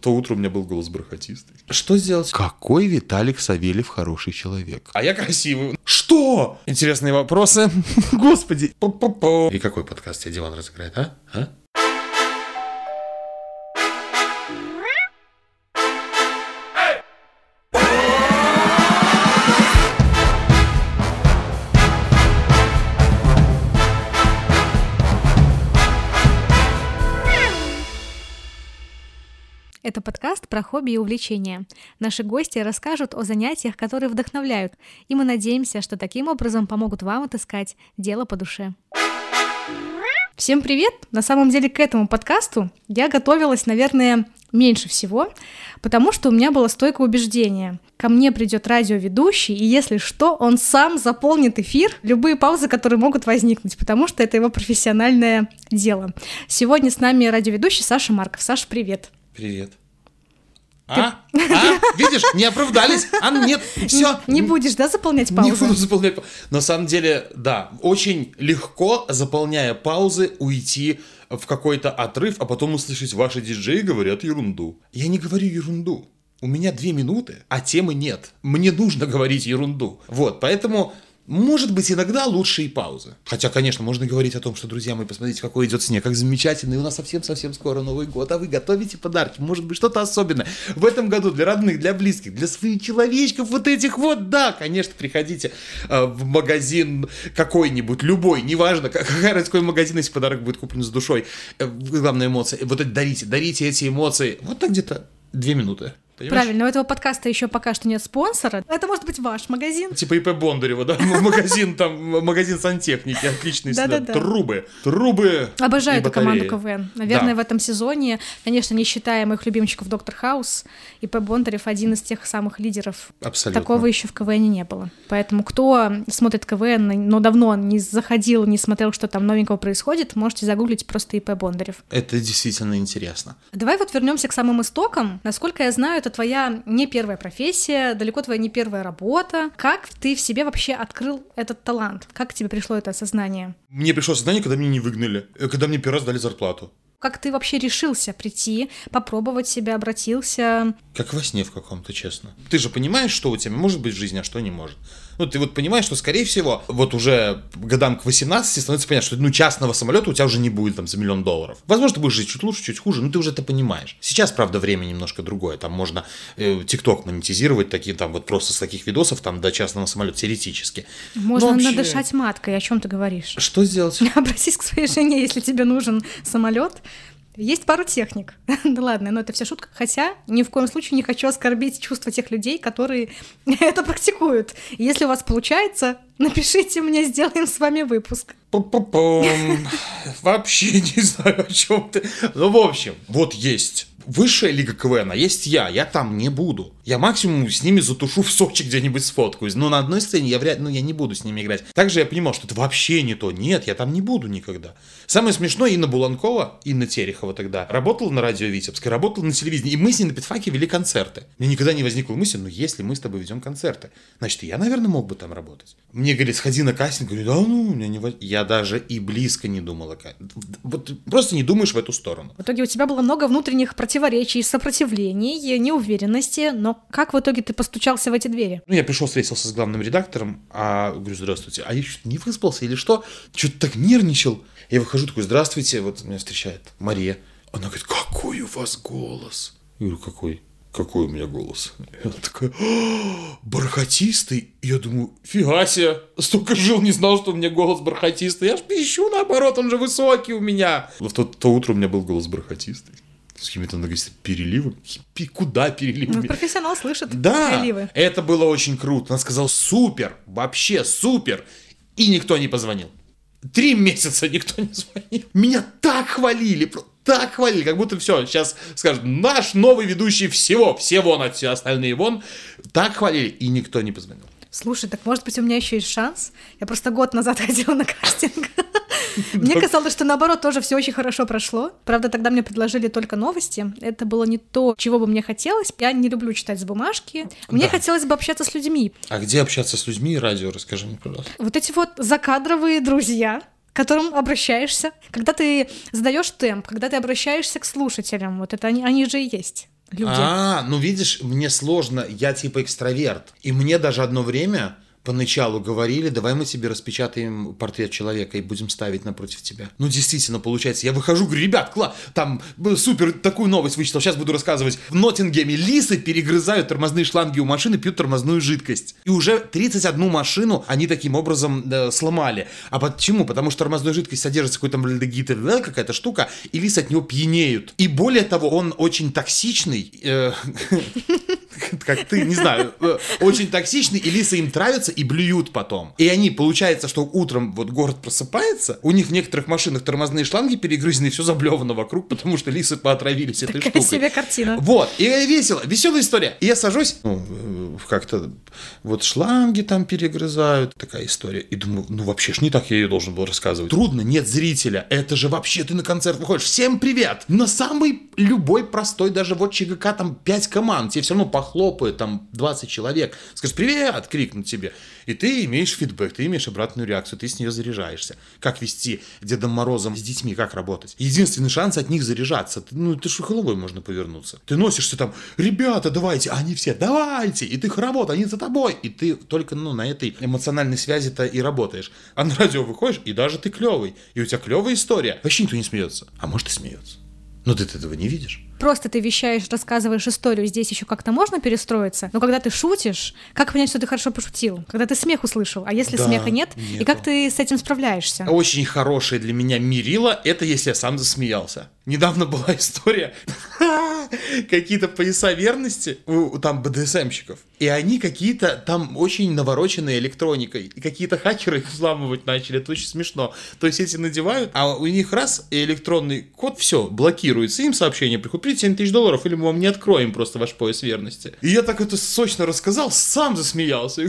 то утро у меня был голос бархатистый. Что сделать? Какой Виталик Савельев хороший человек? А я красивый. Что? Интересные вопросы. Господи. И какой подкаст тебе Диван разыграет, а? Это подкаст про хобби и увлечения. Наши гости расскажут о занятиях, которые вдохновляют, и мы надеемся, что таким образом помогут вам отыскать дело по душе. Всем привет! На самом деле к этому подкасту я готовилась, наверное, меньше всего, потому что у меня было стойкое убеждение. Ко мне придет радиоведущий, и если что, он сам заполнит эфир, любые паузы, которые могут возникнуть, потому что это его профессиональное дело. Сегодня с нами радиоведущий Саша Марков. Саша, привет! Привет. Видишь, не оправдались. Нет, все. Не будешь, да, заполнять паузы? Не буду заполнять паузы. На самом деле, да, очень легко, заполняя паузы, уйти в какой-то отрыв, а потом услышать, ваши диджеи говорят ерунду. Я не говорю ерунду. У меня 2 минуты, а темы нет. Мне нужно говорить ерунду. Вот, поэтому... Может быть, иногда лучше и паузы. Хотя, конечно, можно говорить о том, что, друзья мои, посмотрите, какой идет снег, как замечательно, и у нас совсем-совсем скоро Новый год, а вы готовите подарки, может быть, что-то особенное. В этом году для родных, для близких, для своих человечков вот этих вот, да, конечно, приходите в магазин какой-нибудь, любой, неважно, какой магазин, если подарок будет куплен с душой. Главная эмоция, вот это дарите эти эмоции, вот так где-то 2 минуты. Понимаешь? Правильно, у этого подкаста еще пока что нет спонсора. Это может быть ваш магазин. Типа ИП Бондарева, да? Магазин сантехники, отличный. Трубы. Обожаю эту команду КВН. Наверное, в этом сезоне, конечно, не считая моих любимчиков Доктор Хаус, ИП Бондарев один из тех самых лидеров. Абсолютно. Такого еще в КВН не было. Поэтому кто смотрит КВН, но давно не заходил, не смотрел, что там новенького происходит, можете загуглить просто ИП Бондарев. Это действительно интересно. Давай вот вернемся к самым истокам. Насколько я знаю, это твоя не первая профессия, далеко твоя не первая работа. Как ты в себе вообще открыл этот талант? Как к тебе пришло это осознание? Мне пришло осознание, когда меня не выгнали, когда мне 1 раз дали зарплату. Как ты вообще решился прийти, попробовать себя, обратился? Как во сне в каком-то, честно. Ты же понимаешь, что у тебя может быть в жизни, а что не может. Ну, ты вот понимаешь, что, скорее всего, вот уже годам к 18 становится понятно, что частного самолета у тебя уже не будет там за $1 миллион. Возможно, ты будешь жить чуть лучше, чуть хуже, но ты уже это понимаешь. Сейчас, правда, время немножко другое. Там можно ТикТок монетизировать, такие там вот просто с таких видосов там до частного самолета теоретически. Можно надышать маткой, о чем ты говоришь? Что сделать? Обратись к своей жене, если тебе нужен самолет. Есть пару техник. Да ладно, но это все шутка. Хотя ни в коем случае не хочу оскорбить чувства тех людей, которые это практикуют. Если у вас получается, напишите мне, сделаем с вами выпуск. Вообще не знаю, о чем ты. Ну, в общем, вот есть высшая лига КВН, а есть я там не буду. Я максимум с ними затушу в Сочи где-нибудь сфоткаюсь. Но на одной сцене я не буду с ними играть. Также я понимал, что это вообще не то. Нет, я там не буду никогда. Самое смешное, Инна Буланкова, Инна Терехова тогда, работала на радио Витебске, работала на телевидении, и мы с ней на педфаке вели концерты. Мне никогда не возникла мысль, если мы с тобой ведем концерты, значит, я, наверное, мог бы там работать. Мне говорит, сходи на кастинг. Говорю, да ну, у меня не возьмут. Я даже и близко не думала. Вот просто не думаешь в эту сторону. В итоге у тебя было много внутренних противоречий, сопротивлений, неуверенности, но как в итоге ты постучался в эти двери? Я пришел, встретился с главным редактором, говорю, здравствуйте, а я что-то не выспался или что? Что-то так нервничал. Я выхожу, такой, здравствуйте, вот меня встречает Мария. Она говорит, какой у вас голос? Я говорю, какой? Какой у меня голос? И она такая, бархатистый. И я думаю, фига себе, столько жил, не знал, что у меня голос бархатистый. Я ж пищу, наоборот, он же высокий у меня. В то утро у меня был голос бархатистый. С какими-то переливами. Куда переливами? Профессионал слышит переливы. Да, это было очень круто. Она сказала, супер, вообще супер. И никто не позвонил. 3 месяца никто не звонил. Меня так хвалили, как будто все, сейчас скажут, наш новый ведущий всего, все вон, от все остальные вон. Так хвалили, и никто не позвонил. Слушай, так может быть у меня еще есть шанс? Я просто год назад ходила на кастинг. Мне казалось, что наоборот тоже все очень хорошо прошло. Правда, тогда мне предложили только новости. Это было не то, чего бы мне хотелось. Я не люблю читать с бумажки. Мне хотелось бы общаться с людьми. А где общаться с людьми? Радио, расскажи мне, пожалуйста. Вот эти вот закадровые друзья, к которым обращаешься. Когда ты задаешь темп, когда ты обращаешься к слушателям, вот это они же и есть. люди. Ну видишь, мне сложно, я типа экстраверт. И мне даже одно время поначалу говорили, давай мы тебе распечатаем портрет человека и будем ставить напротив тебя. Ну, действительно, получается, я выхожу, говорю, ребят, там супер, такую новость вычитал, сейчас буду рассказывать. В Ноттингеме лисы перегрызают тормозные шланги у машины, пьют тормозную жидкость. И уже 31 машину они таким образом сломали. А почему? Потому что тормозная жидкость содержится какой-то какая-то штука, и лисы от него пьянеют. И более того, он очень токсичный, как ты, не знаю, очень токсичный, и лисы им травятся и блюют потом. И они, получается, что утром вот город просыпается, у них в некоторых машинах тормозные шланги перегрызены, и все заблевано вокруг, потому что лисы поотравились этой штукой. Такая себе картина. Вот, и весело, веселая история. И я сажусь, как-то вот шланги там перегрызают, такая история. И думаю, вообще ж не так я ее должен был рассказывать. Трудно, нет зрителя, это же вообще ты на концерт выходишь, всем привет! На самый любой простой, даже вот ЧГК, там 5 команд, тебе все равно похлопают, там 20 человек, скажешь привет, крикнут тебе. И ты имеешь фидбэк, ты имеешь обратную реакцию, ты с нее заряжаешься. Как вести Дедом Морозом с детьми, как работать? Единственный шанс от них заряжаться. Ты же головой можно повернуться. Ты носишься там, ребята, давайте, а они все, давайте, и ты хоровод, они за тобой. И ты только, на этой эмоциональной связи-то и работаешь. А на радио выходишь, и даже ты клевый. И у тебя клевая история. Вообще никто не смеется. А может и смеется. Но ты этого не видишь. Просто ты вещаешь, рассказываешь историю, здесь еще как-то можно перестроиться, но когда ты шутишь, как понять, что ты хорошо пошутил? Когда ты смех услышал, а если смеха нет, и как ты с этим справляешься? Очень хорошее для меня мерило, это если я сам засмеялся. Недавно была история, какие-то пояса верности у там БДСМщиков, и они какие-то там очень навороченные электроникой, и какие-то хакеры их взламывать начали, это очень смешно. То есть эти надевают, а у них раз, и электронный код, все, блокируется, им сообщение приходит, $7 тысяч, или мы вам не откроем просто ваш пояс верности. И я так это сочно рассказал, сам засмеялся.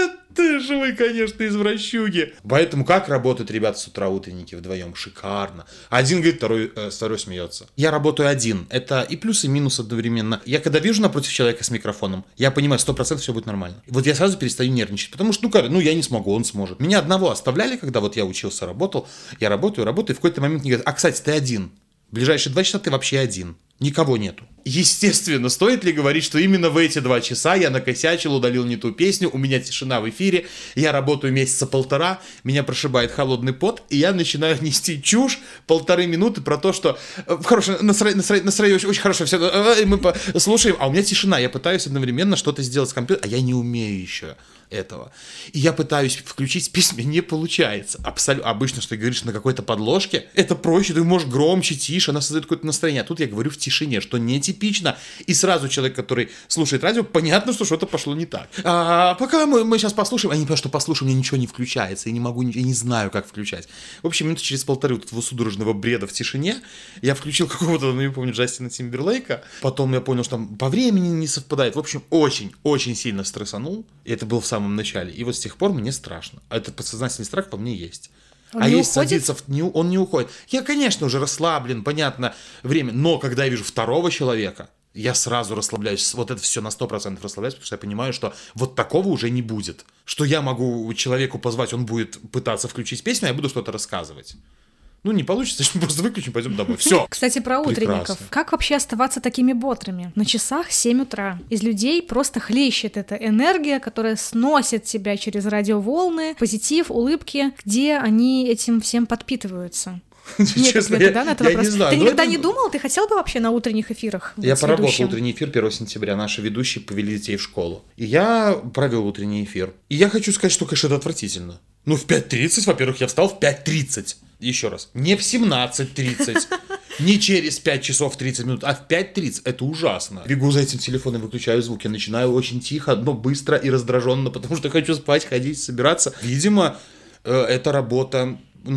Ты же вы, конечно, извращуги. Поэтому как работают ребята с утра утренники вдвоем? Шикарно. Один говорит, второй смеется. Я работаю один. Это и плюс, и минус одновременно. Я когда вижу напротив человека с микрофоном, я понимаю, 100% все будет нормально. Вот я сразу перестаю нервничать, потому что, я не смогу, он сможет. Меня одного оставляли, когда вот я учился, работал. Я работаю, и в какой-то момент мне говорят, кстати, ты один. В ближайшие 2 часа ты вообще один. Никого нету. Естественно, стоит ли говорить, что именно в эти 2 часа я накосячил, удалил не ту песню, у меня тишина в эфире, я работаю месяца 1,5, меня прошибает холодный пот, и я начинаю нести чушь 1,5 минуты про то, что хорошее настроение, очень хорошо, все, мы слушаем, а у меня тишина, я пытаюсь одновременно что-то сделать с компьютером, а я не умею еще этого. И я пытаюсь включить песню, не получается. Обычно, что ты говоришь на какой-то подложке, это проще, ты можешь громче, тише, она создает какое-то настроение. А тут я говорю в тишине, что нетипично. И сразу человек, который слушает радио, понятно, что что-то пошло не так. Пока мы сейчас послушаем, они понимают, что послушаем, у меня ничего не включается, я не знаю, как включать. В общем, минуты через 1,5 вот этого судорожного бреда в тишине я включил какого-то, не помню, Джастина Тимберлейка. Потом я понял, что там по времени не совпадает. В общем, очень сильно стрессанул. И это было в самом начале. И вот с тех пор мне страшно. А этот подсознательный страх по мне есть. Он не если уходит? садиться, он не уходит. Я, конечно, уже расслаблен, понятно, время. Но когда я вижу второго человека, я сразу расслабляюсь. Вот это все на 100% расслабляюсь, потому что я понимаю, что вот такого уже не будет. Что я могу человеку позвать, он будет пытаться включить песню, а я буду что-то рассказывать. Не получится, значит, мы просто выключим, пойдем домой. Все. Кстати, про утренников. Прекрасно. Как вообще оставаться такими бодрыми? На часах 7 утра. Из людей просто хлещет эта энергия, которая сносит тебя через радиоволны, позитив, улыбки. Где они этим всем подпитываются? Нет Честно, ответа, да, на этот вопрос? не знаю. Ты никогда не думал? Ты хотел бы вообще на утренних эфирах Я быть поработал ведущим? утренний эфир 1 сентября. Наши ведущие повели детей в школу. И я провел утренний эфир. И я хочу сказать, что, конечно, это отвратительно. В 5:30, во-первых, я встал в 5:30. Еще раз. Не в 17:30. Не через 5 часов 30 минут, а в 5:30. Это ужасно. Бегу за этим телефоном, выключаю звук. Я начинаю очень тихо, но быстро и раздраженно, потому что хочу спать, ходить, собираться. Видимо, эта работа...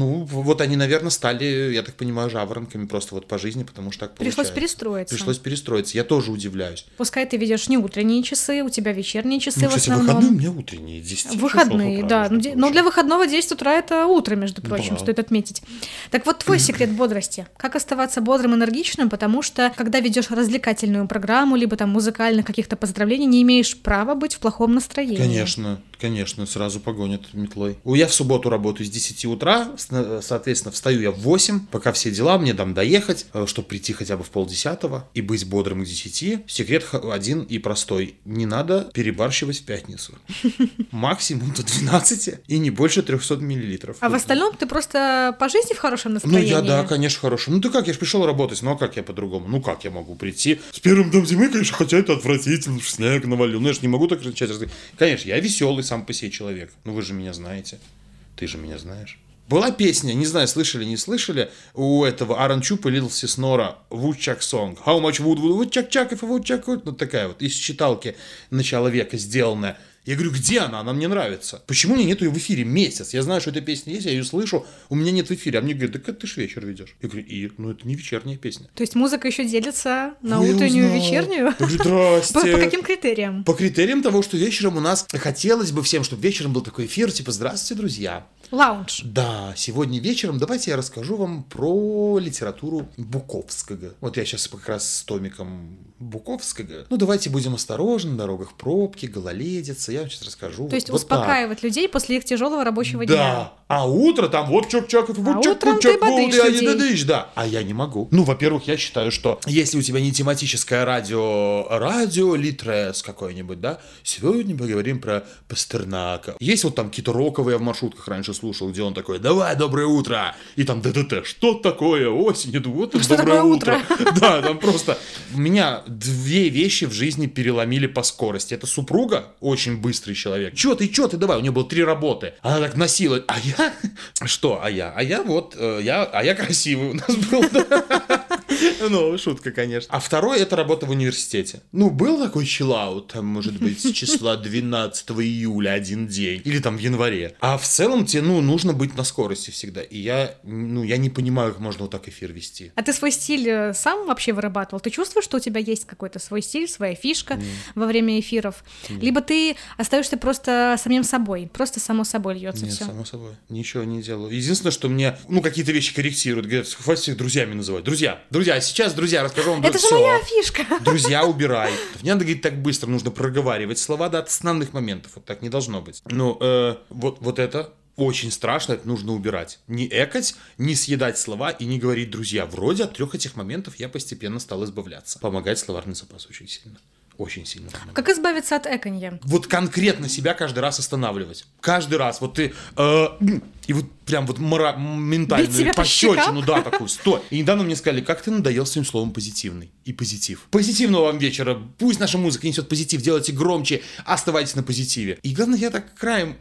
вот они, наверное, стали, я так понимаю, жаворонками просто вот по жизни, потому что так получается. Пришлось перестроиться. Я тоже удивляюсь. Пускай ты ведешь не утренние часы, у тебя вечерние часы в кстати, основном. выходные у меня утренние, 10 Выходные, часов да. утра, Но для выходного 10 утра это утро, между прочим, Да. стоит отметить. Так вот, твой секрет бодрости. Как оставаться бодрым, энергичным, потому что, когда ведешь развлекательную программу, либо там музыкальных каких-то поздравлений, не имеешь права быть в плохом настроении. Конечно, сразу погонят метлой. Я в субботу работаю с 10 утра, соответственно, встаю я в 8, пока все дела, мне там доехать, чтобы прийти хотя бы в 9:30 и быть бодрым к 10. Секрет один и простой. Не надо перебарщивать в пятницу. Максимум до 12 и не больше 300 миллилитров. А в остальном ты просто по жизни в хорошем настроении? Ну, да, конечно, в хорошем. Ну, ты как, я же пришел работать, ну, а как я по-другому? Ну, как я могу прийти с первым днем зимы, конечно, хотя это отвратительно, снег навалил. Ну, я же не могу так кричать. Конечно, я веселый сам по себе человек. Ну, вы же меня знаете. Ты же меня знаешь. Была песня, не знаю, слышали, не слышали, у этого Аранчупа и Литл Сиснора Woodchuck Song. How much wood woodchuck chuck if a woodchuck would? Ну, такая вот, из читалки начала века сделанная. Я говорю, где она? Она мне нравится. Почему у меня нету ее в эфире месяц? Я знаю, что эта песня есть, я ее слышу, у меня нет в эфире. А мне говорят, так это ты ж вечер ведешь. Я говорю, ну это не вечерняя песня. То есть музыка еще делится на утреннюю и вечернюю? Здрасте. По каким критериям? По критериям того, что вечером у нас хотелось бы всем, чтобы вечером был такой эфир, типа, здравствуйте, друзья. Лаунж. Да, сегодня вечером давайте я расскажу вам про литературу Буковского. Вот я сейчас как раз с томиком Буковского. Ну, давайте будем осторожны, на дорогах пробки, гололедица, я вам сейчас расскажу. То есть вот успокаивать так. людей после их тяжелого рабочего дня. Да, а утро там вот чок-чок, утром ты бодишь, да. А я не могу. Ну, во-первых, я считаю, что если у тебя не тематическое радио Литрес какое-нибудь, да, сегодня поговорим про Пастернака. Есть вот там какие-то роковые, я в маршрутках раньше слушал, где он такой, давай, доброе утро, и там ДДТ, что такое, осень, вот что доброе утро. Да, там просто меня две вещи в жизни переломили по скорости. Это супруга, очень быстрый человек. Чё ты, давай, у нее было 3 работы. Она так носила, а я? Что, а я? А я красивый у нас был. Ну, шутка, конечно. А второй, это работа в университете. Ну, был такой чиллаут, там, может быть, с числа 12 июля один день, или там в январе. А в целом тебе, нужно быть на скорости всегда. И я не понимаю, как можно вот так эфир вести. А ты свой стиль сам вообще вырабатывал? Ты чувствуешь, что у тебя есть какой-то свой стиль, своя фишка во время эфиров? Либо ты остаешься просто самим собой, просто само собой льется все? Нет, само собой. Ничего не делаю. Единственное, что мне, какие-то вещи корректируют. Говорят, хватит всех друзьями называть. Друзья, сейчас, друзья, расскажу вам. Это же моя фишка. Друзья, убирай. Не надо говорить так быстро, нужно проговаривать слова до основных моментов. Вот так не должно быть. Вот это очень страшно, это нужно убирать. Не экать, не съедать слова и не говорить друзья. Вроде от 3 этих моментов я постепенно стал избавляться. Помогает словарный запас очень сильно. Очень сильно помогает. Как избавиться от эканья? Вот конкретно себя каждый раз останавливать. Каждый раз. Вот ты... и вот прям вот ментальную пощечину, да, такую, стой. И недавно мне сказали, как ты надоел своим словом позитивный. И позитив. Позитивного вам вечера. Пусть наша музыка несет позитив. Делайте громче. Оставайтесь на позитиве. И главное, я так краем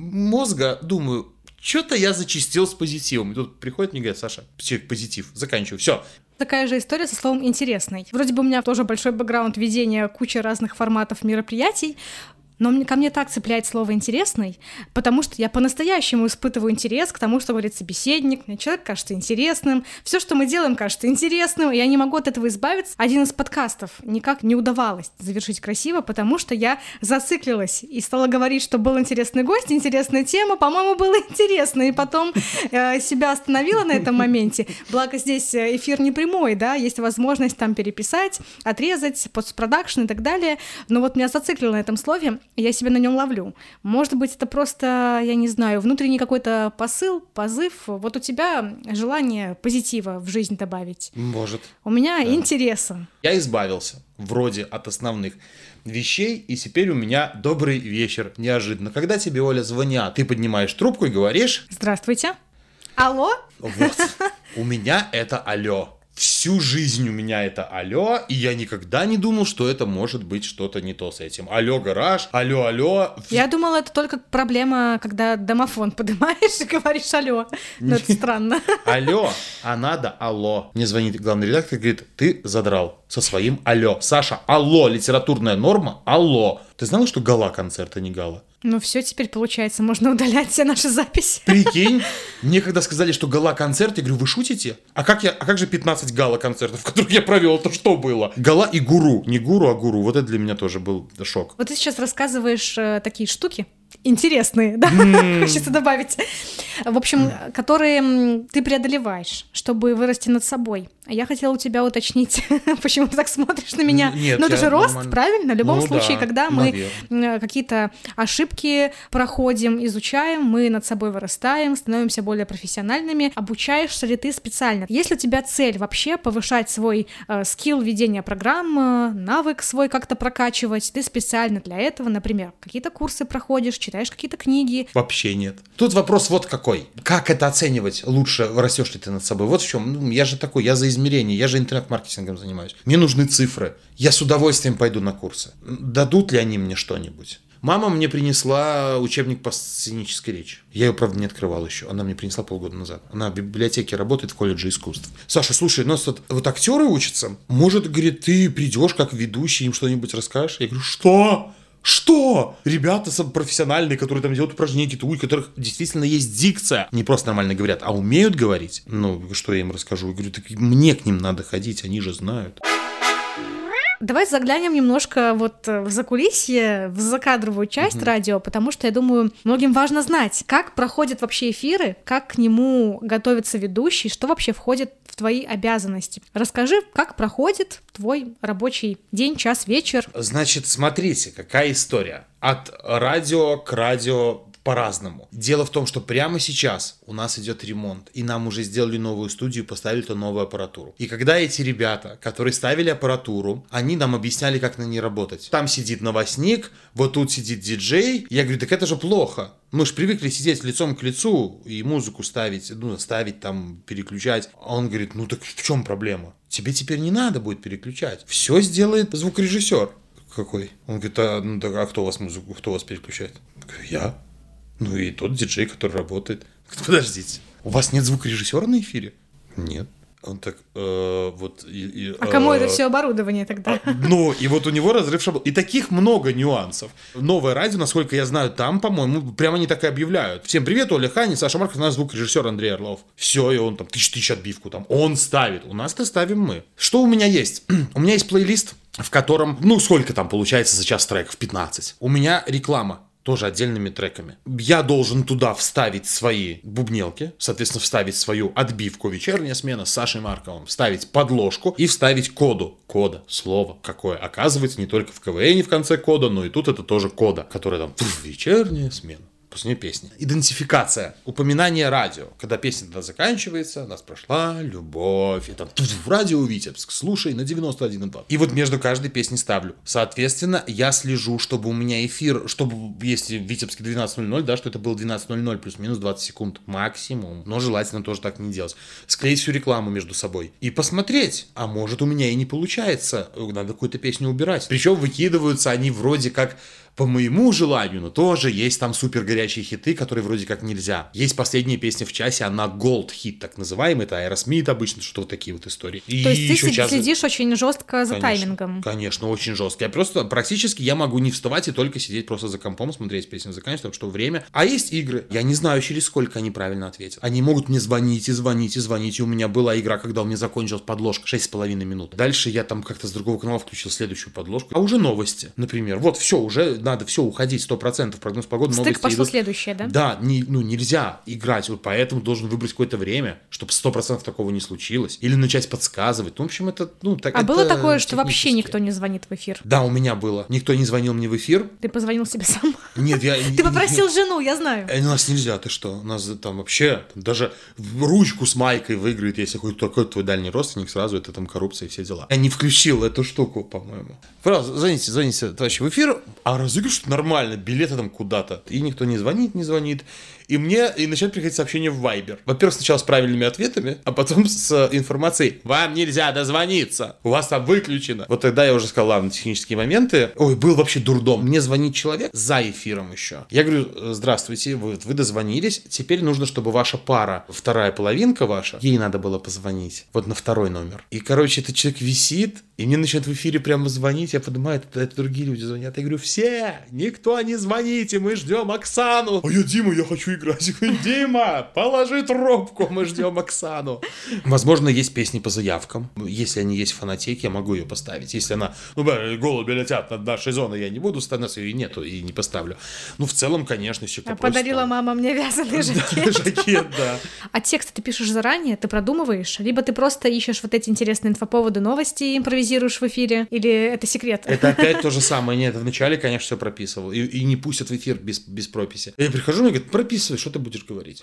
мозга думаю, что-то я зачастил с позитивом. И тут приходит мне и говорит, Саша, позитив, заканчиваю, все. Такая же история со словом «интересный». Вроде бы у меня тоже большой бэкграунд ведения кучи разных форматов мероприятий, но ко мне так цепляет слово «интересный», потому что я по-настоящему испытываю интерес к тому, что говорит собеседник, мне человек кажется интересным, все, что мы делаем, кажется интересным, и я не могу от этого избавиться. Один из подкастов никак не удавалось завершить красиво, потому что я зациклилась и стала говорить, что был интересный гость, интересная тема, по-моему, было интересно, и потом себя остановила на этом моменте. Благо здесь эфир не прямой, да, есть возможность там переписать, отрезать, постпродакшн и так далее, но вот меня зациклило на этом слове, я себя на нем ловлю. Может быть, это просто, я не знаю, внутренний какой-то позыв. Вот у тебя желание позитива в жизнь добавить. Может. У меня интереса. Я избавился вроде от основных вещей, и теперь у меня добрый вечер, неожиданно. Когда тебе, Оля, звонят, ты поднимаешь трубку и говоришь... Здравствуйте. Алло? Вот. У меня это алло. Всю жизнь у меня это алло, и я никогда не думал, что это может быть что-то не то с этим. Алло, гараж, алло. Я думала, это только проблема, когда домофон поднимаешь и говоришь алло. Но это странно. Алло, а надо алло. Мне звонит главный редактор и говорит, ты задрал со своим алло. Саша, алло, литературная норма, алло. Ты знала, что гала-концерт, а не гала? Ну все, теперь получается, можно удалять все наши записи. Прикинь, мне когда сказали, что гала-концерт, я говорю, вы шутите? А как же 15 гала-концертов, которых я провел, это что было? Гала и гуру, не гуру, а гуру, вот это для меня тоже был шок. Вот ты сейчас рассказываешь такие штуки, интересные, да, хочется добавить, в общем, которые ты преодолеваешь, чтобы вырасти над собой. Я хотела у тебя уточнить, почему ты так смотришь на меня. Нет, это же рост, нормально. правильно? В любом случае, когда мы какие-то ошибки проходим, изучаем, мы над собой вырастаем, становимся более профессиональными. Обучаешься ли ты специально? Если у тебя цель вообще повышать свой скилл ведения программ, навык свой как-то прокачивать, ты специально для этого, например, какие-то курсы проходишь, читаешь какие-то книги? Вообще нет. Тут вопрос вот какой. Как это оценивать? Лучше растешь ли ты над собой? Вот в чем. Я же такой, я за измерение, я же интернет-маркетингом занимаюсь. Мне нужны цифры. Я с удовольствием пойду на курсы. Дадут ли они мне что-нибудь? Мама мне принесла учебник по сценической речи. Я ее, правда, не открывал еще. Она мне принесла полгода назад. Она в библиотеке работает в колледже искусств. Саша, слушай, у нас тут вот актеры учатся. Может, говорит, ты придешь как ведущий, им что-нибудь расскажешь? Я говорю, что? Что? Ребята профессиональные, которые там делают упражнения, какие-то, у которых действительно есть дикция. Не просто нормально говорят, а умеют говорить. Ну, что я им расскажу? Я говорю, так мне к ним надо ходить, они же знают. Давай заглянем немножко вот в закулисье, в закадровую часть радио, потому что, я думаю, многим важно знать, как проходят вообще эфиры, как к нему готовится ведущий, что вообще входит в твои обязанности. Расскажи, как проходит твой рабочий день, час, вечер. Значит, смотрите, какая история. От радио к радио по-разному. Дело в том, что прямо сейчас у нас идет ремонт, и нам уже сделали новую студию, поставили туда новую аппаратуру. И когда эти ребята, которые ставили аппаратуру, они нам объясняли, как на ней работать. Там сидит новостник, вот тут сидит диджей. Я говорю, так это же плохо. Мы же привыкли сидеть лицом к лицу и музыку ставить, ставить там, переключать. А он говорит, ну так в чем проблема? Тебе теперь не надо будет переключать. Все сделает звукорежиссер. Какой? Он говорит, а кто у вас музыку, кто вас переключает? Я говорю, я. Ну и тот диджей, который работает. Подождите, у вас нет звукорежиссера на эфире? Нет. Он так, вот... А кому это все оборудование тогда? И вот у него разрыв шаблона. И таких много нюансов. Новое радио, насколько я знаю, там, по-моему, прямо они так и объявляют. Всем привет, Оля Хани, Саша Марков, наш звукорежиссер Андрей Орлов. Все, и он там тысяч отбивку там. Он ставит. У нас-то ставим мы. Что у меня есть? У меня есть плейлист, в котором, сколько там получается за час треков? 15. У меня реклама. Тоже отдельными треками. Я должен туда вставить свои бубнелки, соответственно, вставить свою отбивку «Вечерняя смена» с Сашей Марковым, вставить подложку и вставить коду. Кода, слово какое. Оказывается, не только в КВН в конце кода, но и тут это тоже кода, которая там «Вечерняя смена». После нее песня. Идентификация. Упоминание радио. Когда песня тогда заканчивается, нас прошла любовь. И там радио Витебск. Слушай на 91,2. И вот между каждой песней ставлю. Соответственно, я слежу, чтобы у меня эфир, чтобы, если в Витебске 12:00, да, что это было 12:00 плюс-минус 20 секунд максимум. Но желательно тоже так не делать. Склеить всю рекламу между собой. И посмотреть. А может, у меня и не получается. Надо какую-то песню убирать. Причем выкидываются они вроде как по моему желанию, но тоже есть там супер горячие хиты, которые вроде как нельзя. Есть последняя песня в часе, она Gold хит, так называемый, это Aerosmith обычно, что вот такие вот истории. То есть ты следишь очень жестко за таймингом? Конечно, очень жестко. Я просто практически я могу не вставать и только сидеть просто за компом, смотреть песню заканчивать, потому что время. А есть игры. Я не знаю, через сколько они правильно ответят. Они могут мне звонить и звонить и звонить. И у меня была игра, когда у меня закончилась подложка 6,5 минут. Дальше я там как-то с другого канала включил следующую подложку. А уже новости, например. Вот все, уже надо все уходить 100%. Прогноз погоды, новости. Стык пошло идут. следующее, да? Да, нельзя играть. Вот поэтому должен выбрать какое-то время, чтобы 100% такого не случилось. Или начать подсказывать. В общем, это, так. А это было такое, что вообще никто не звонит в эфир? Да, у меня было. Никто не звонил мне в эфир. Ты позвонил себе сам? Нет, я... Ты попросил жену, я знаю. У нас нельзя, ты что? У нас там вообще даже ручку с майкой выиграет, если хоть такой твой дальний родственник, сразу это там коррупция и все дела. Я не включил эту штуку, по-моему. Пожалуйста, звоните, товарищи, в эфир. А разыгрыш нормально, билеты там куда-то. И никто не звонит. И начинает приходить сообщение в Viber. Во-первых, сначала с правильными ответами, а потом с информацией: вам нельзя дозвониться, у вас там выключено. Вот тогда я уже сказал, ладно, технические моменты. Ой, был вообще дурдом. Мне звонит человек за эфиром еще. Я говорю: здравствуйте, вы дозвонились, теперь нужно, чтобы ваша пара, вторая половинка ваша, ей надо было позвонить. Вот на второй номер. И, этот человек висит, и мне начинает в эфире прямо звонить. Я понимаю, это другие люди звонят. Я говорю: никто не звоните, мы ждем Оксану. А я: Дима, я хочу играть. Дима, положи трубку, мы ждем Оксану. Возможно, есть песни по заявкам. Если они есть в фонотеке, я могу ее поставить. Если она, голуби летят над нашей зоной, я не буду становиться, ее нету и не поставлю. В целом, конечно, еще попросит. Подарила мама мне вязаный жакет. Жакет, да. А тексты ты пишешь заранее, ты продумываешь? Либо ты просто ищешь вот эти интересные инфоповоды, новости и импровизируешь в эфире? Или это секрет? Это опять то же самое. Нет, вначале, конечно, все прописывал. И не пустят в эфир без прописи. Я прихожу, мне говорят, прописывай, что ты будешь говорить?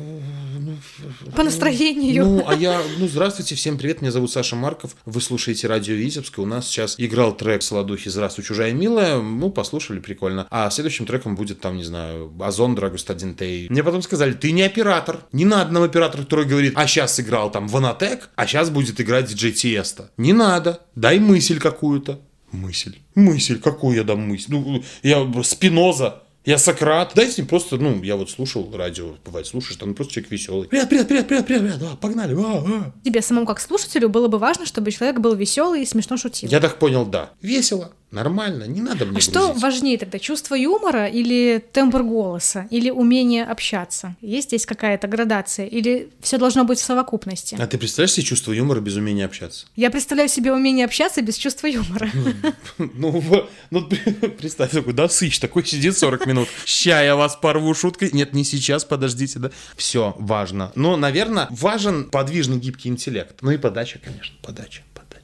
По настроению. Здравствуйте, всем привет, меня зовут Саша Марков, вы слушаете радио Витебск, у нас сейчас играл трек «Солодухи, здравствуй, чужая милая», послушали, прикольно. А следующим треком будет, там, не знаю, «Озон, Драгуста Динтей». Мне потом сказали, ты не оператор. Не надо нам оператора, который говорит, а сейчас играл там Ванатек, а сейчас будет играть диджей Тиеста. Не надо, дай мысль какую-то. Мысль, какую я дам мысль? Я Спиноза. Я Сократ. Дайте мне просто, я вот слушал радио, бывает, слушаешь, там просто человек веселый. Привет, погнали. Тебе самому как слушателю было бы важно, чтобы человек был веселый и смешно шутил. Я так понял, да. Весело, нормально, не надо мне грузить. Что важнее тогда, чувство юмора или тембр голоса, или умение общаться? Есть здесь какая-то градация, или все должно быть в совокупности? А ты представляешь себе чувство юмора без умения общаться? Я представляю себе умение общаться без чувства юмора. Представь, такой сыч такой сидит 40 минут. Ща я вас порву шуткой. Нет, не сейчас, подождите, да. Все, важно. Но, наверное, важен подвижный гибкий интеллект. И подача, конечно, подача.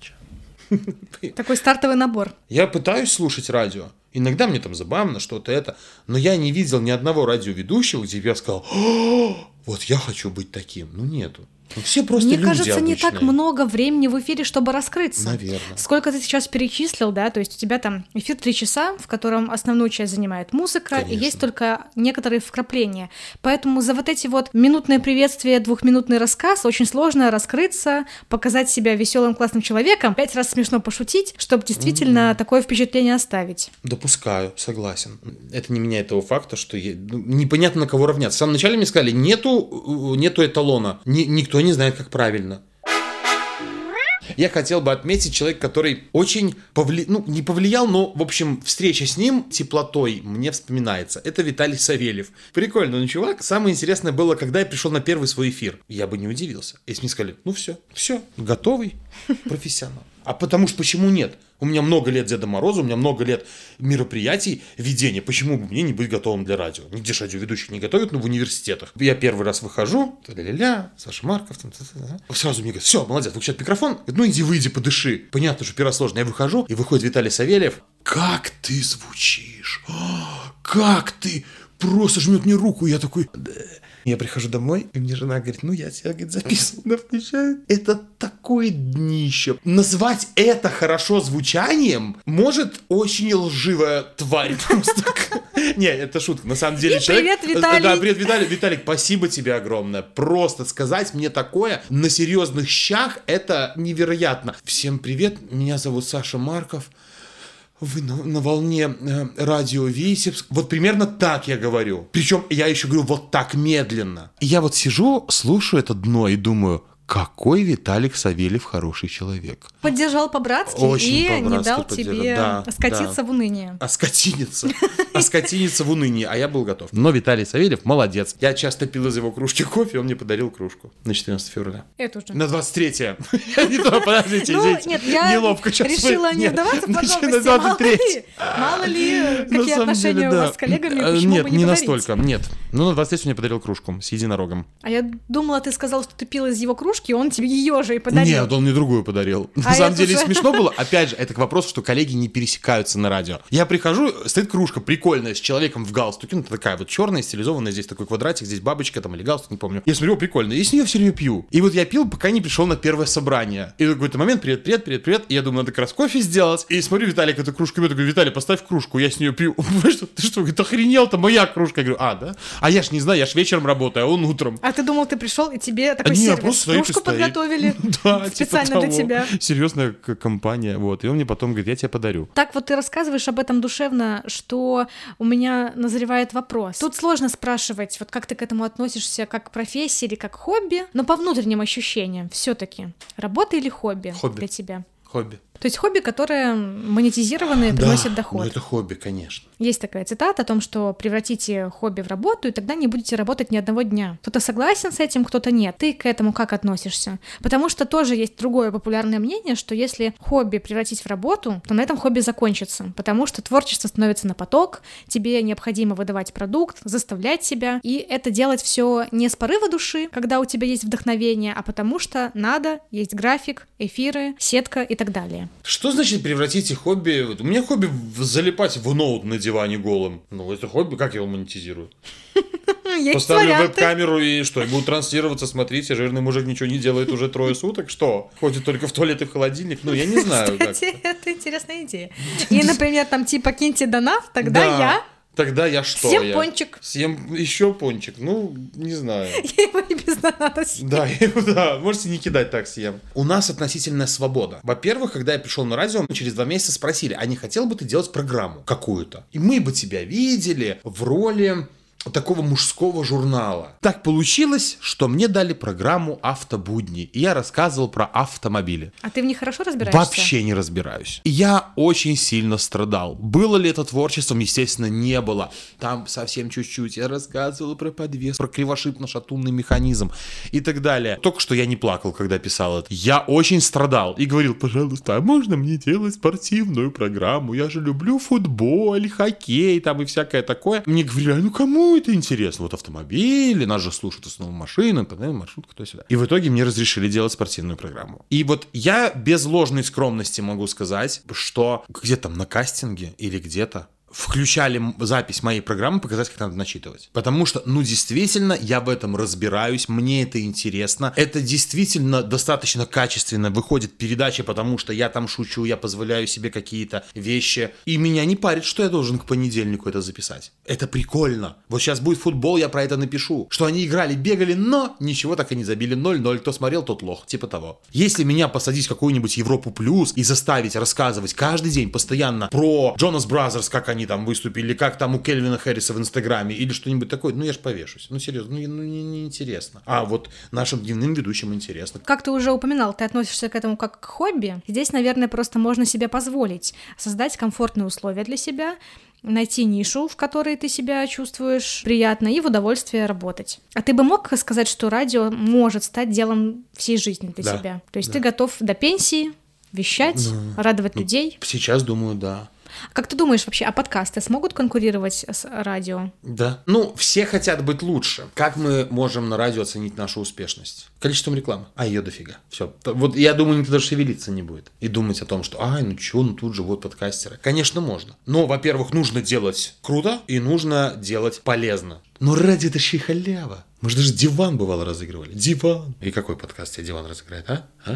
Такой стартовый набор. Я пытаюсь слушать радио. Иногда мне там забавно что-то это. Но я не видел ни одного радиоведущего, где я сказал, вот я хочу быть таким. Нету. Все просто Мне люди кажется, обычные. не так много времени в эфире, чтобы раскрыться. Наверное. Сколько ты сейчас перечислил, да, то есть у тебя там эфир 3 часа, в котором основную часть занимает музыка, Конечно. и есть только некоторые вкрапления. Поэтому за вот эти вот минутные приветствия, 2-минутный рассказ очень сложно раскрыться, показать себя веселым классным человеком, 5 раз смешно пошутить, чтобы действительно такое впечатление оставить. Допускаю, согласен. Это не меняет того факта, что непонятно на кого равняться. В самом начале мне сказали, нету эталона, никто не знает, как правильно. Я хотел бы отметить человека, который очень не повлиял, но, в общем, встреча с ним теплотой мне вспоминается. Это Виталий Савельев. Прикольный он чувак. Самое интересное было, когда я пришел на первый свой эфир. Я бы не удивился, если мне сказали, все, готовый профессионал. А потому что почему нет? У меня много лет Деда Мороза, у меня много лет мероприятий, ведения. Почему бы мне не быть готовым для радио? Нигде же радиоведущих не готовят, но в университетах. Я первый раз выхожу, Саша Марков, сразу мне говорят, все, молодец, выключает микрофон, иди, подыши. Понятно, что пера сложная. Я выхожу, и выходит Виталий Савельев. Как ты звучишь? Как ты? Просто жмет мне руку, я такой... Я прихожу домой, и мне жена говорит, я тебя, записывал, включаю. Это такое днище. Назвать это хорошо звучанием может очень лживая тварь просто. Не, это шутка. На самом деле человек... Привет, Виталий. Да, привет, Виталий. Виталик, спасибо тебе огромное. Просто сказать мне такое на серьезных щах, это невероятно. Всем привет, меня зовут Саша Марков. Вы на волне радио Витебск. Вот примерно так я говорю. Причем я еще говорю вот так медленно. И я вот сижу, слушаю это дно и думаю, какой Виталик Савельев хороший человек. Поддержал по-братски Очень и по-братски не дал поддержал. тебе скатиться в уныние. Оскотиниться в уныние, а я был готов. Но Виталий Савельев молодец. Я часто пил из его кружки кофе, он мне подарил кружку на 14 февраля. Это уже. На 23-е. Не то, подождите, извините. Нет, я решила не вдаваться в подробности. Мало ли, какие отношения у вас с коллегами, почему бы не подарить. Нет, не настолько, нет. На 23-е мне подарил кружку с единорогом. А я думала, ты сказал, что ты пил из его кружки, он тебе ее же и подарил. Нет, он мне другую подарил. На самом деле смешно было. Опять же, это к вопросу, что коллеги не пересекаются на радио. Я прихожу, стоит кружка прикольная с человеком в галстуке, такая вот черная, стилизованная, здесь такой квадратик, здесь бабочка там или галстук, не помню. Я смотрю, прикольно, и с нее все время пью. И вот я пил, пока не пришел на первое собрание. И в какой-то момент, привет, и я думаю, надо как раз кофе сделать. И смотрю, Виталик эту кружку берет, говорю, Виталий, поставь кружку, я с нее пью. Ты что, говорит, охренел, это моя кружка. Я говорю, да? А я ж не знаю, я ж вечером работаю, а он утром. А ты думал, ты пришел, и тебе такой сервис, кружку подготовили специально для тебя. Серьезная компания, вот. И он мне потом говорит, я тебе подарю. Так вот ты рассказываешь об этом душевно, что у меня назревает вопрос. Тут сложно спрашивать, вот как ты к этому относишься, как к профессии или как к хобби, но по внутренним ощущениям все-таки. Работа или хобби для тебя? Хобби. То есть хобби, которые монетизированы, приносят доход. Ну это хобби, конечно. Есть такая цитата о том, что превратите хобби в работу, и тогда не будете работать ни одного дня. Кто-то согласен с этим, кто-то нет. Ты к этому как относишься? Потому что тоже есть другое популярное мнение, что если хобби превратить в работу, то на этом хобби закончится, потому что творчество становится на поток, тебе необходимо выдавать продукт, заставлять себя, и это делать все не с порыва души, когда у тебя есть вдохновение, а потому что надо, есть график, эфиры, сетка и так далее. Что значит превратите хобби? У меня хобби залипать в ноут на диване голым. Ну, это хобби, как я его монетизирую? Поставлю веб-камеру и что? И буду транслироваться, смотрите, жирный мужик ничего не делает уже 3 суток, что? Ходит только в туалет и в холодильник? Ну, я не знаю. Кстати, это интересная идея. И, например, там типа киньте донат, тогда я что? Съем пончик. Съем еще пончик. Ну, не знаю. Я его и без доната съем. Да, можете не кидать, так съем. У нас относительная свобода. Во-первых, когда я пришел на радио, через 2 месяца спросили, а не хотел бы ты делать программу какую-то? И мы бы тебя видели в роли такого мужского журнала. Так получилось, что мне дали программу «Автобудни», и я рассказывал про автомобили. А ты в них хорошо разбираешься? Вообще не разбираюсь. И я очень сильно страдал. Было ли это творчеством? Естественно, не было. Там совсем чуть-чуть. Я рассказывал про подвес, про кривошипно-шатунный механизм и так далее. Только что я не плакал, когда писал это. Я очень страдал и говорил, пожалуйста, а можно мне делать спортивную программу? Я же люблю футбол, хоккей там и всякое такое. Мне говорили, а ну кому это интересно? Вот автомобили, нас же слушают в основном машины, маршрутка, туда-сюда. И в итоге мне разрешили делать спортивную программу. И вот я без ложной скромности могу сказать, что где-то на кастинге или где-то включали запись моей программы, показать, как надо начитывать. Потому что, действительно, я в этом разбираюсь, мне это интересно. Это действительно достаточно качественно выходит передача, потому что я там шучу, я позволяю себе какие-то вещи. И меня не парит, что я должен к понедельнику это записать. Это прикольно. Вот сейчас будет футбол, я про это напишу. Что они играли, бегали, но ничего так и не забили. 0-0. Кто смотрел, тот лох. Типа того. Если меня посадить в какую-нибудь Европу Плюс и заставить рассказывать каждый день постоянно про Jonas Brothers, как они там выступили, как там у Кельвина Харриса в Инстаграме или что-нибудь такое, я ж повешусь. Серьезно, не интересно. А вот нашим дневным ведущим интересно. Как ты уже упоминал, ты относишься к этому как к хобби. Здесь, наверное, просто можно себе позволить создать комфортные условия для себя, найти нишу, в которой ты себя чувствуешь приятно, и в удовольствие работать. А ты бы мог сказать, что радио может стать делом всей жизни для тебя? То есть ты готов до пенсии вещать, радовать людей? Сейчас думаю, да. Как ты думаешь вообще, а подкасты смогут конкурировать с радио? Да. Все хотят быть лучше. Как мы можем на радио оценить нашу успешность? Количеством рекламы. А ее дофига. Все. Вот я думаю, никто даже шевелиться не будет. И думать о том, что, тут же вот подкастеры. Конечно, можно. Но, во-первых, нужно делать круто и нужно делать полезно. Но радио это же халява. Мы же даже диван бывало разыгрывали. Диван. И какой подкаст тебе диван разыграет, а?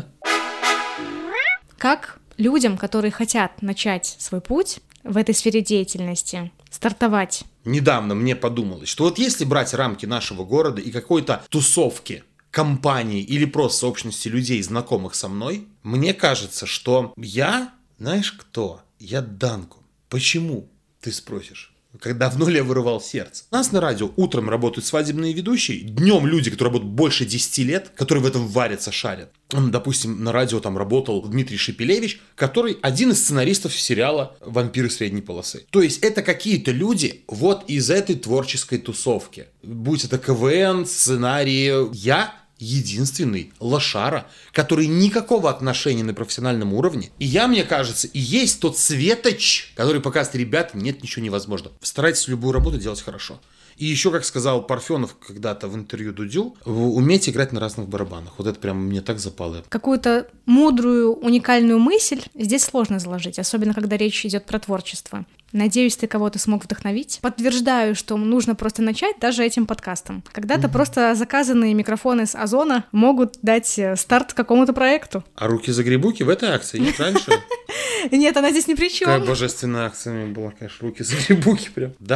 Как людям, которые хотят начать свой путь в этой сфере деятельности, стартовать? Недавно мне подумалось, что вот если брать рамки нашего города и какой-то тусовки, компании или просто общности людей, знакомых со мной, мне кажется, что я, знаешь кто? Я Данко. Почему, ты спросишь? Как давно ли я вырывал сердце? У нас на радио утром работают свадебные ведущие, днем люди, которые работают больше 10 лет, которые в этом варятся, шарят. Допустим, на радио там работал Дмитрий Шепелевич, который один из сценаристов сериала «Вампиры средней полосы». То есть это какие-то люди вот из этой творческой тусовки. Будь это КВН, сценарии. Я единственный лошара, который никакого отношения на профессиональном уровне. И мне кажется, и есть тот светоч, который показывает, ребята, нет, ничего невозможно. Старайтесь любую работу делать хорошо. И еще, как сказал Парфенов когда-то в интервью Дудю, уметь играть на разных барабанах. Вот это прям мне так запало. Какую-то мудрую, уникальную мысль здесь сложно заложить, особенно когда речь идет про творчество. Надеюсь, ты кого-то смог вдохновить. Подтверждаю, что нужно просто начать даже этим подкастом. Когда-то просто заказанные микрофоны с Озона могут дать старт какому-то проекту. А руки-загребуки в этой акции нет раньше? Нет, она здесь ни при чем. Какая божественная акция была, конечно, руки-загребуки прям. Да.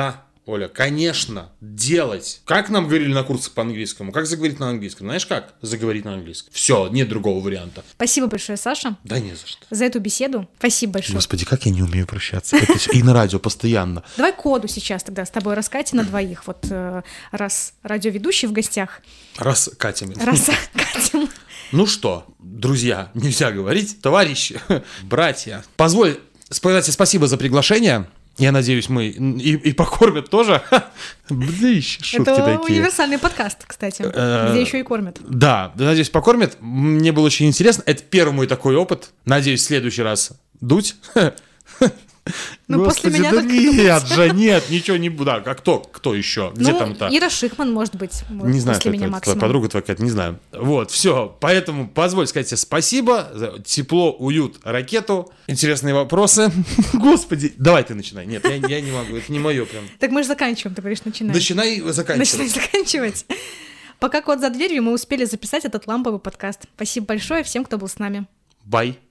Оля, конечно, делать. Как нам говорили на курсах по английскому? Как заговорить на английском? Знаешь как? Заговорить на английском. Все, нет другого варианта. Спасибо большое, Саша. Да не за что. За эту беседу. Спасибо большое. Господи, как я не умею прощаться. И на радио постоянно. Давай коду сейчас тогда с тобой раскатим на двоих. Вот раз радиоведущий в гостях. Раскатим. Раскатим. Ну что, друзья, нельзя говорить, товарищи, братья. Позволь сказать тебе спасибо за приглашение. Я надеюсь, мы и покормят тоже. Блин, шутки Это такие. универсальный подкаст, кстати, где еще и кормят. Да, надеюсь, покормят. Мне было очень интересно. Это первый мой такой опыт. Надеюсь, в следующий раз дуть. Ну, после меня да так нет же, нет, ничего не буду. А кто еще? Где там-то? Ира Шихман, может быть, Не знаю, после кто меня это, максимум. подруга твоя какая-то, не знаю. Вот, все. Поэтому позволь сказать тебе спасибо за тепло, уют, ракету. Интересные вопросы. Господи, давай ты начинай. Нет, я не могу, это не мое прям. Так мы же заканчиваем, ты говоришь, начинай. Начинай заканчивать. Начинай заканчивать. Пока кот за дверью, мы успели записать этот ламповый подкаст. Спасибо большое всем, кто был с нами. Бай.